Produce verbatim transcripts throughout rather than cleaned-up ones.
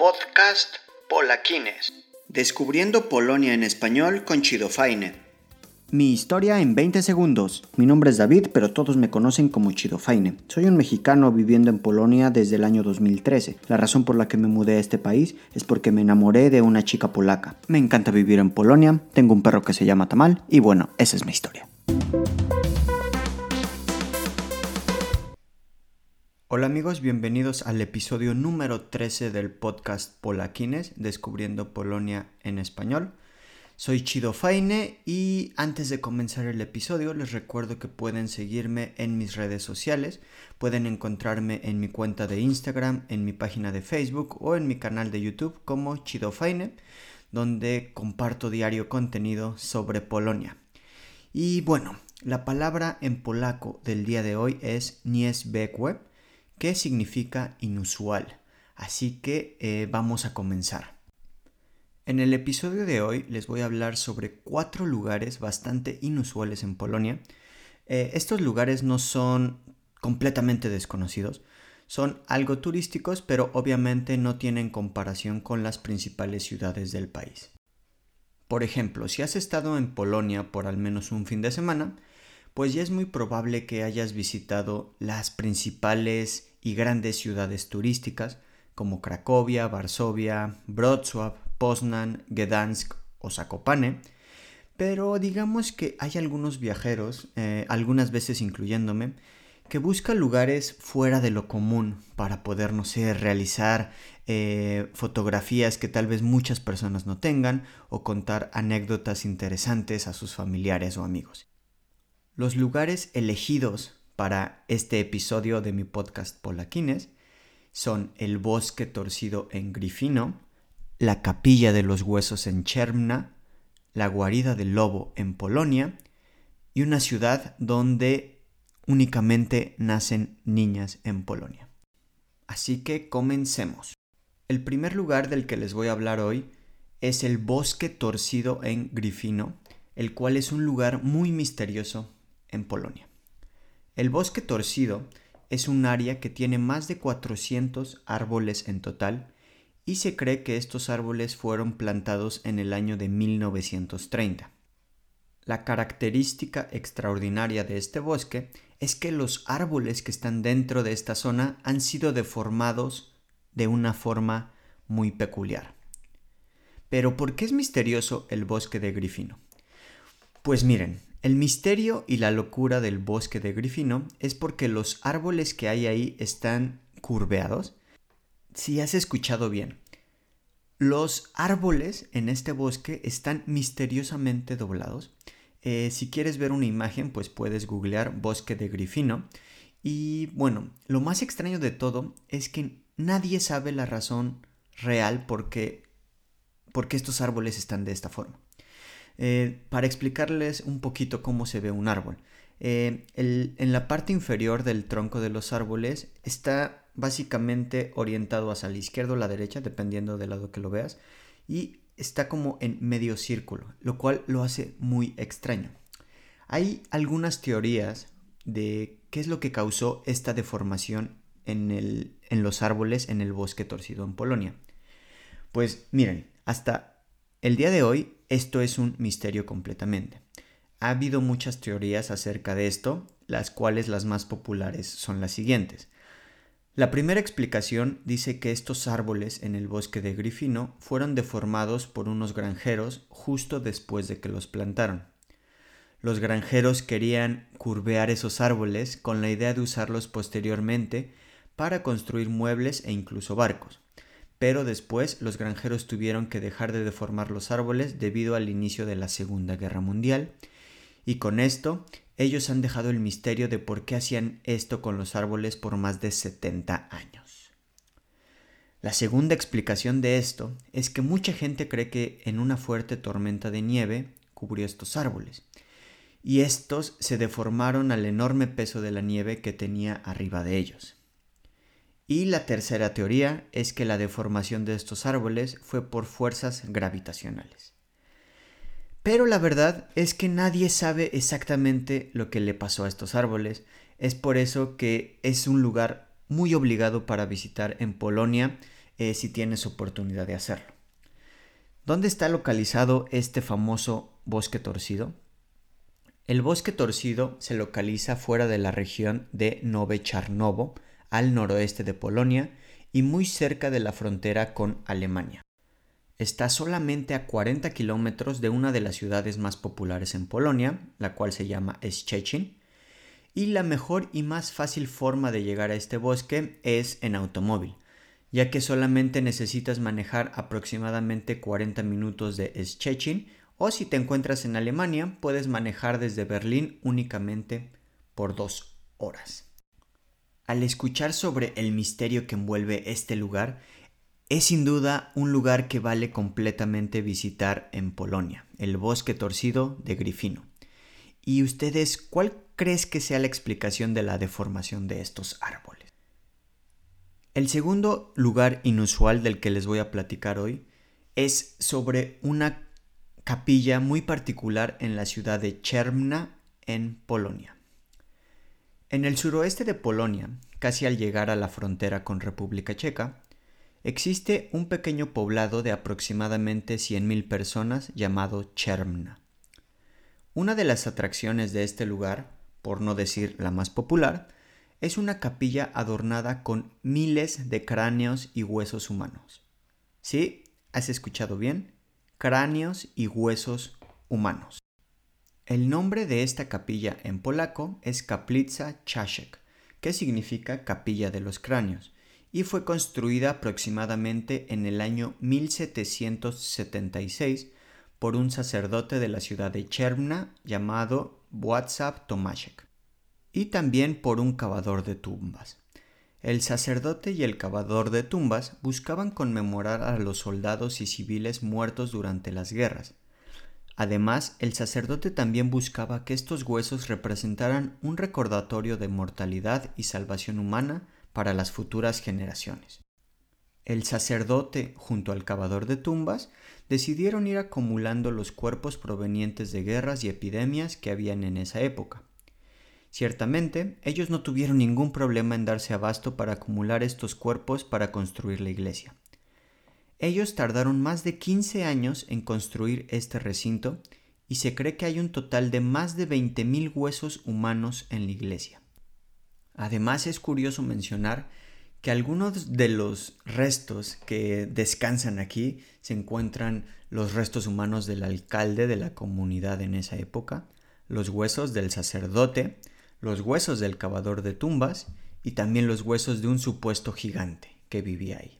Podcast Polaquines. Descubriendo Polonia en español con Chido Fajne. Mi historia en veinte segundos. Mi nombre es David, pero todos me conocen como Chido Fajne. Soy un mexicano viviendo en Polonia desde el año dos mil trece. La razón por la que me mudé a este país es porque me enamoré de una chica polaca. Me encanta vivir en Polonia, tengo un perro que se llama Tamal y bueno, esa es mi historia. Hola amigos, bienvenidos al episodio número trece del podcast Polaquines, Descubriendo Polonia en español. Soy Chido Fajne y antes de comenzar el episodio les recuerdo que pueden seguirme en mis redes sociales. Pueden encontrarme en mi cuenta de Instagram, en mi página de Facebook o en mi canal de YouTube como Chido Fajne, donde comparto diario contenido sobre Polonia. Y bueno, la palabra en polaco del día de hoy es niezwykłe, que significa inusual. Así que eh, vamos a comenzar. En el episodio de hoy les voy a hablar sobre cuatro lugares bastante inusuales en Polonia. Eh, estos lugares no son completamente desconocidos, son algo turísticos, pero obviamente no tienen comparación con las principales ciudades del país. Por ejemplo, si has estado en Polonia por al menos un fin de semana, pues ya es muy probable que hayas visitado las principales y grandes ciudades turísticas como Cracovia, Varsovia, Wrocław, Poznań, Gdansk o Zakopane, pero digamos que hay algunos viajeros, eh, algunas veces incluyéndome, que buscan lugares fuera de lo común para poder, no sé, realizar eh, fotografías que tal vez muchas personas no tengan o contar anécdotas interesantes a sus familiares o amigos. Los lugares elegidos para este episodio de mi podcast Polaquines son el Bosque Torcido en Gryfino, la Capilla de los Huesos en Chełmna, la Guarida del Lobo en Polonia y una ciudad donde únicamente nacen niñas en Polonia. Así que comencemos. El primer lugar del que les voy a hablar hoy es el Bosque Torcido en Gryfino, el cual es un lugar muy misterioso en Polonia. El Bosque Torcido es un área que tiene más de cuatrocientos árboles en total y se cree que estos árboles fueron plantados en el año de mil novecientos treinta. La característica extraordinaria de este bosque es que los árboles que están dentro de esta zona han sido deformados de una forma muy peculiar. Pero ¿por qué es misterioso el Bosque de Gryfino? Pues miren, el misterio y la locura del Bosque de Gryfino es porque los árboles que hay ahí están curveados. Si has escuchado bien, los árboles en este bosque están misteriosamente doblados. Eh, si quieres ver una imagen, pues puedes googlear Bosque de Gryfino. Y bueno, lo más extraño de todo es que nadie sabe la razón real por qué, por qué estos árboles están de esta forma. Eh, para explicarles un poquito cómo se ve un árbol. Eh, el, en la parte inferior del tronco de los árboles está básicamente orientado hacia la izquierda o la derecha, dependiendo del lado que lo veas, y está como en medio círculo, lo cual lo hace muy extraño. Hay algunas teorías de qué es lo que causó esta deformación en, el, en los árboles en el Bosque Torcido en Polonia. Pues miren, hasta el día de hoy esto es un misterio completamente. Ha habido muchas teorías acerca de esto, las cuales las más populares son las siguientes. La primera explicación dice que estos árboles en el Bosque de Gryfino fueron deformados por unos granjeros justo después de que los plantaron. Los granjeros querían curvear esos árboles con la idea de usarlos posteriormente para construir muebles e incluso barcos. Pero después los granjeros tuvieron que dejar de deformar los árboles debido al inicio de la Segunda Guerra Mundial. Y con esto, ellos han dejado el misterio de por qué hacían esto con los árboles por más de setenta años. La segunda explicación de esto es que mucha gente cree que en una fuerte tormenta de nieve cubrió estos árboles. Y estos se deformaron al enorme peso de la nieve que tenía arriba de ellos. Y la tercera teoría es que la deformación de estos árboles fue por fuerzas gravitacionales. Pero la verdad es que nadie sabe exactamente lo que le pasó a estos árboles. Es por eso que es un lugar muy obligado para visitar en Polonia eh, si tienes oportunidad de hacerlo. ¿Dónde está localizado este famoso bosque torcido? El bosque torcido se localiza fuera de la región de Nowe Czarnowo, al noroeste de Polonia y muy cerca de la frontera con Alemania. Está solamente a cuarenta kilómetros de una de las ciudades más populares en Polonia, la cual se llama Szczecin, y la mejor y más fácil forma de llegar a este bosque es en automóvil, ya que solamente necesitas manejar aproximadamente cuarenta minutos de Szczecin, o si te encuentras en Alemania, puedes manejar desde Berlín únicamente por dos horas. Al escuchar sobre el misterio que envuelve este lugar, es sin duda un lugar que vale completamente visitar en Polonia, el bosque torcido de Gryfino. ¿Y ustedes cuál crees que sea la explicación de la deformación de estos árboles? El segundo lugar inusual del que les voy a platicar hoy es sobre una capilla muy particular en la ciudad de Czermna, en Polonia. En el suroeste de Polonia, casi al llegar a la frontera con República Checa, existe un pequeño poblado de aproximadamente cien mil personas llamado Czermna. Una de las atracciones de este lugar, por no decir la más popular, es una capilla adornada con miles de cráneos y huesos humanos. ¿Sí? ¿Has escuchado bien? Cráneos y huesos humanos. El nombre de esta capilla en polaco es Kaplica Czaszek, que significa capilla de los cráneos, y fue construida aproximadamente en el año mil setecientos setenta y seis por un sacerdote de la ciudad de Czermna llamado Wacław Tomaszek, y también por un cavador de tumbas. El sacerdote y el cavador de tumbas buscaban conmemorar a los soldados y civiles muertos durante las guerras. Además, el sacerdote también buscaba que estos huesos representaran un recordatorio de mortalidad y salvación humana para las futuras generaciones. El sacerdote, junto al cavador de tumbas, decidieron ir acumulando los cuerpos provenientes de guerras y epidemias que habían en esa época. Ciertamente, ellos no tuvieron ningún problema en darse abasto para acumular estos cuerpos para construir la iglesia. Ellos tardaron más de quince años en construir este recinto y se cree que hay un total de más de veinte mil huesos humanos en la iglesia. Además, es curioso mencionar que algunos de los restos que descansan aquí se encuentran los restos humanos del alcalde de la comunidad en esa época, los huesos del sacerdote, los huesos del cavador de tumbas y también los huesos de un supuesto gigante que vivía ahí.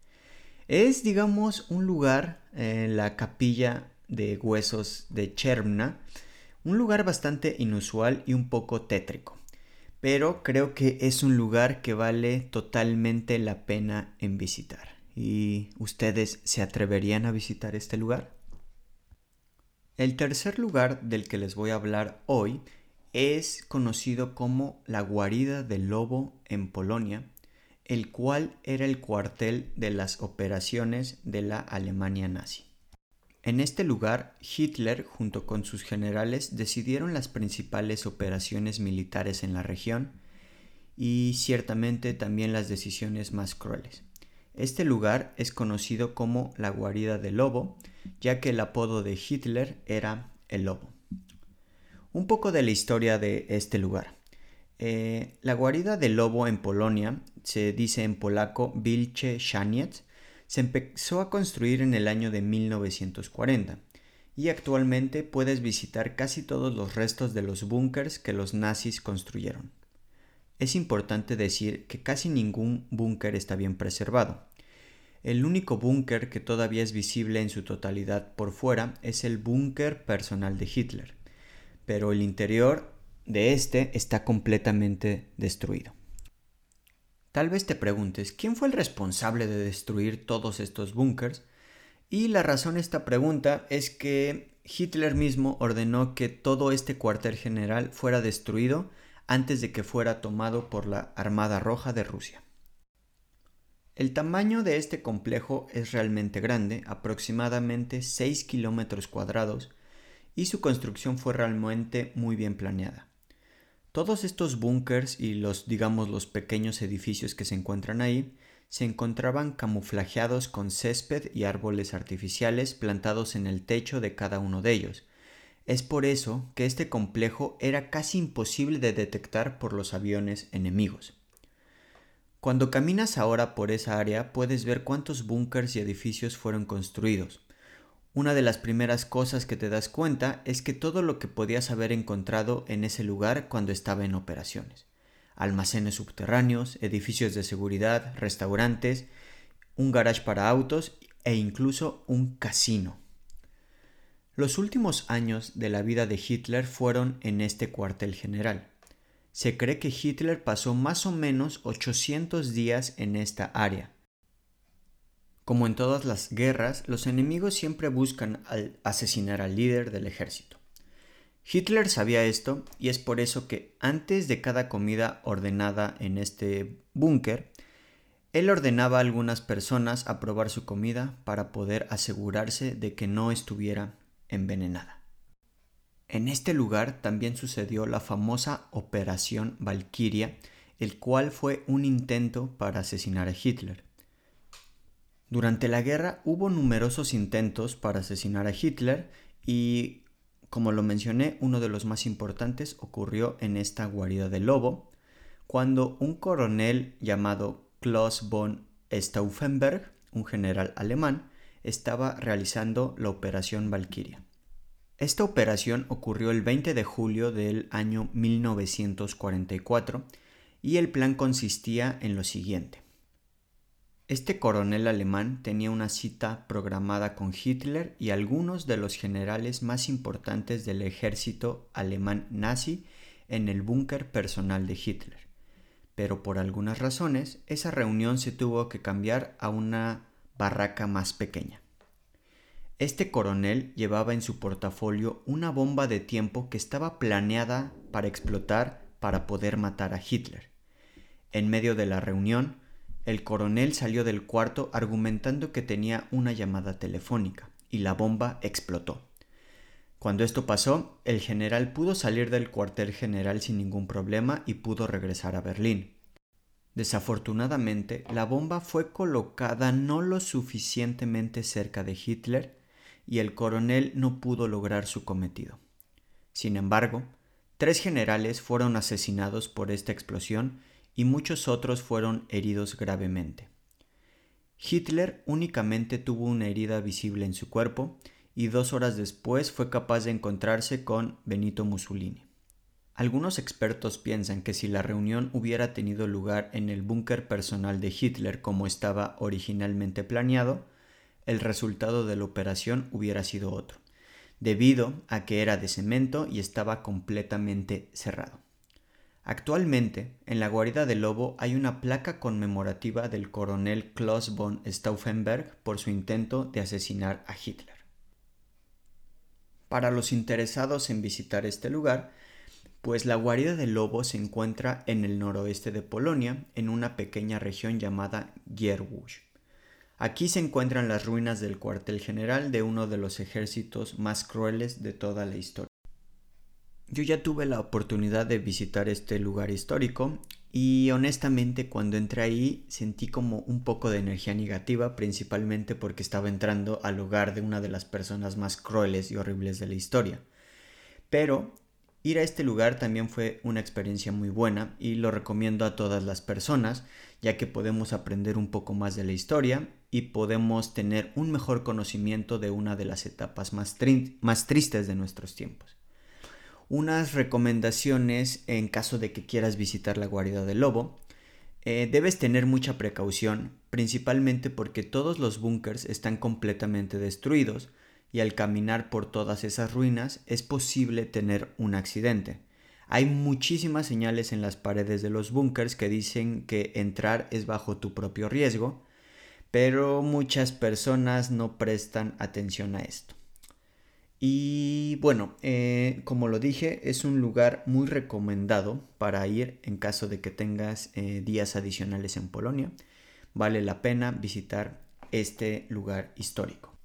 Es, digamos, un lugar, eh, la capilla de huesos de Czermna, un lugar bastante inusual y un poco tétrico, pero creo que es un lugar que vale totalmente la pena en visitar. ¿Y ustedes se atreverían a visitar este lugar? El tercer lugar del que les voy a hablar hoy es conocido como la guarida del lobo en Polonia, el cual era el cuartel de las operaciones de la Alemania nazi. En este lugar, Hitler, junto con sus generales, decidieron las principales operaciones militares en la región y ciertamente también las decisiones más crueles. Este lugar es conocido como la guarida del lobo, ya que el apodo de Hitler era el lobo. Un poco de la historia de este lugar. Eh, la guarida del lobo en Polonia, se dice en polaco Wilcze Szaniec, se empezó a construir en el año de mil novecientos cuarenta y actualmente puedes visitar casi todos los restos de los búnkers que los nazis construyeron. Es importante decir que casi ningún búnker está bien preservado. El único búnker que todavía es visible en su totalidad por fuera es el búnker personal de Hitler, pero el interior de este está completamente destruido. Tal vez te preguntes, ¿quién fue el responsable de destruir todos estos búnkers? Y la razón de esta pregunta es que Hitler mismo ordenó que todo este cuartel general fuera destruido antes de que fuera tomado por la Armada Roja de Rusia. El tamaño de este complejo es realmente grande, aproximadamente seis kilómetros cuadrados, y su construcción fue realmente muy bien planeada. Todos estos búnkers y los, digamos, los pequeños edificios que se encuentran ahí se encontraban camuflajeados con césped y árboles artificiales plantados en el techo de cada uno de ellos. Es por eso que este complejo era casi imposible de detectar por los aviones enemigos. Cuando caminas ahora por esa área puedes ver cuántos búnkers y edificios fueron construidos. Una de las primeras cosas que te das cuenta es que todo lo que podías haber encontrado en ese lugar cuando estaba en operaciones. Almacenes subterráneos, edificios de seguridad, restaurantes, un garage para autos e incluso un casino. Los últimos años de la vida de Hitler fueron en este cuartel general. Se cree que Hitler pasó más o menos ochocientos días en esta área. Como en todas las guerras, los enemigos siempre buscan al asesinar al líder del ejército. Hitler sabía esto y es por eso que antes de cada comida ordenada en este búnker, él ordenaba a algunas personas a probar su comida para poder asegurarse de que no estuviera envenenada. En este lugar también sucedió la famosa Operación Valquiria, el cual fue un intento para asesinar a Hitler. Durante la guerra hubo numerosos intentos para asesinar a Hitler y, como lo mencioné, uno de los más importantes ocurrió en esta guarida del lobo, cuando un coronel llamado Klaus von Stauffenberg, un general alemán, estaba realizando la Operación Valquiria. Esta operación ocurrió el veinte de julio del año mil novecientos cuarenta y cuatro y el plan consistía en lo siguiente. Este coronel alemán tenía una cita programada con Hitler y algunos de los generales más importantes del ejército alemán nazi en el búnker personal de Hitler. Pero por algunas razones, esa reunión se tuvo que cambiar a una barraca más pequeña. Este coronel llevaba en su portafolio una bomba de tiempo que estaba planeada para explotar para poder matar a Hitler. En medio de la reunión, el coronel salió del cuarto argumentando que tenía una llamada telefónica y la bomba explotó. Cuando esto pasó, el general pudo salir del cuartel general sin ningún problema y pudo regresar a Berlín. Desafortunadamente, la bomba fue colocada no lo suficientemente cerca de Hitler y el coronel no pudo lograr su cometido. Sin embargo, tres generales fueron asesinados por esta explosión y muchos otros fueron heridos gravemente. Hitler únicamente tuvo una herida visible en su cuerpo y dos horas después fue capaz de encontrarse con Benito Mussolini. Algunos expertos piensan que si la reunión hubiera tenido lugar en el búnker personal de Hitler como estaba originalmente planeado, el resultado de la operación hubiera sido otro, debido a que era de cemento y estaba completamente cerrado. Actualmente, en la guarida del lobo hay una placa conmemorativa del coronel Klaus von Stauffenberg por su intento de asesinar a Hitler. Para los interesados en visitar este lugar, pues la guarida del lobo se encuentra en el noroeste de Polonia, en una pequeña región llamada Gierwusz. Aquí se encuentran las ruinas del cuartel general de uno de los ejércitos más crueles de toda la historia. Yo ya tuve la oportunidad de visitar este lugar histórico y honestamente cuando entré ahí sentí como un poco de energía negativa, principalmente porque estaba entrando al hogar de una de las personas más crueles y horribles de la historia. Pero ir a este lugar también fue una experiencia muy buena y lo recomiendo a todas las personas, ya que podemos aprender un poco más de la historia y podemos tener un mejor conocimiento de una de las etapas más, tri- más tristes de nuestros tiempos. Unas recomendaciones en caso de que quieras visitar la guarida del lobo. Eh, debes tener mucha precaución, principalmente porque todos los búnkers están completamente destruidos y al caminar por todas esas ruinas es posible tener un accidente. Hay muchísimas señales en las paredes de los búnkers que dicen que entrar es bajo tu propio riesgo, pero muchas personas no prestan atención a esto. Y bueno, eh, como lo dije, es un lugar muy recomendado para ir en caso de que tengas eh, días adicionales en Polonia. Vale la pena visitar este lugar histórico.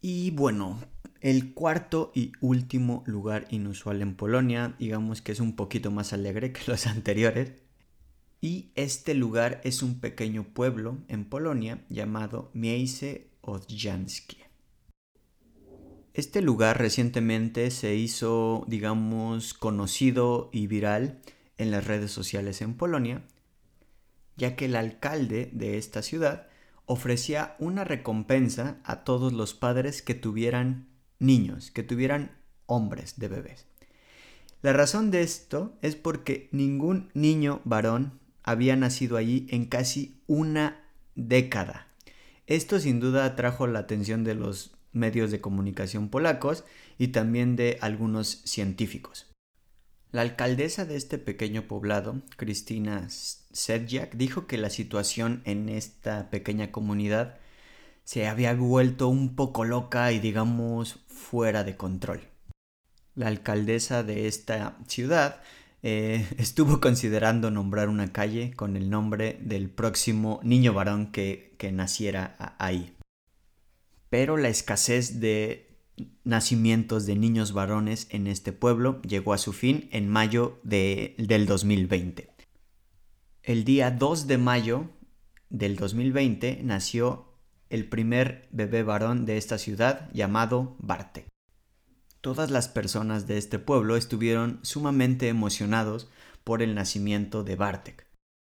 Y bueno, el cuarto y último lugar inusual en Polonia, digamos que es un poquito más alegre que los anteriores. Y este lugar es un pequeño pueblo en Polonia llamado Miejsce Odrzańskie. Este lugar recientemente se hizo, digamos, conocido y viral en las redes sociales en Polonia, ya que el alcalde de esta ciudad ofrecía una recompensa a todos los padres que tuvieran niños, que tuvieran hombres de bebés. La razón de esto es porque ningún niño varón había nacido allí en casi una década. Esto sin duda atrajo la atención de los medios de comunicación polacos y también de algunos científicos. La alcaldesa de este pequeño poblado, Krystyna Sedlak, dijo que la situación en esta pequeña comunidad se había vuelto un poco loca y, digamos, fuera de control. La alcaldesa de esta ciudad eh, estuvo considerando nombrar una calle con el nombre del próximo niño varón que, que naciera ahí. Pero la escasez de nacimientos de niños varones en este pueblo llegó a su fin en mayo de, del dos mil veinte. El día dos de mayo del dos mil veinte nació el primer bebé varón de esta ciudad llamado Bartek. Todas las personas de este pueblo estuvieron sumamente emocionados por el nacimiento de Bartek,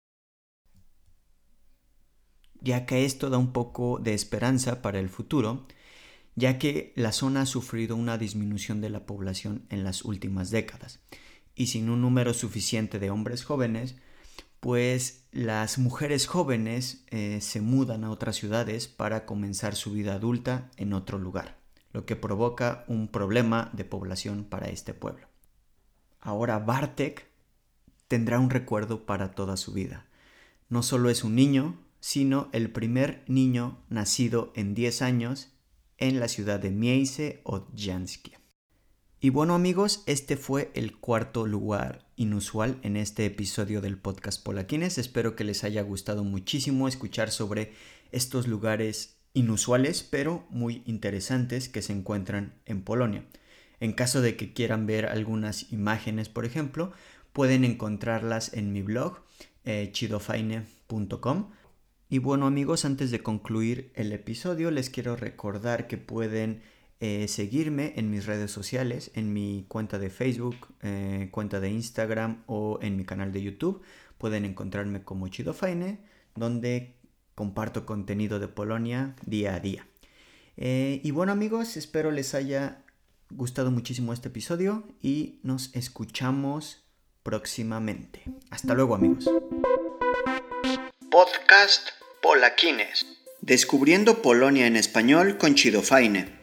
ya que esto da un poco de esperanza para el futuro, ya que la zona ha sufrido una disminución de la población en las últimas décadas, y sin un número suficiente de hombres jóvenes, pues las mujeres jóvenes eh, se mudan a otras ciudades para comenzar su vida adulta en otro lugar, lo que provoca un problema de población para este pueblo. Ahora Bartek tendrá un recuerdo para toda su vida. No solo es un niño, sino el primer niño nacido en diez años en la ciudad de Miejce Odrzańskie. Y bueno amigos, este fue el cuarto lugar inusual en este episodio del podcast Polaquines. Espero que les haya gustado muchísimo escuchar sobre estos lugares inusuales pero muy interesantes que se encuentran en Polonia. En caso de que quieran ver algunas imágenes, por ejemplo, pueden encontrarlas en mi blog eh, chidofajne punto com. Y bueno amigos, antes de concluir el episodio les quiero recordar que pueden eh, seguirme en mis redes sociales, en mi cuenta de Facebook, eh, cuenta de Instagram o en mi canal de YouTube. Pueden encontrarme como Chidofajne, donde comparto contenido de Polonia día a día. Eh, y bueno amigos, espero les haya gustado muchísimo este episodio y nos escuchamos próximamente. Hasta luego amigos. Podcast Polaquines. Descubriendo Polonia en español con Chidofajne.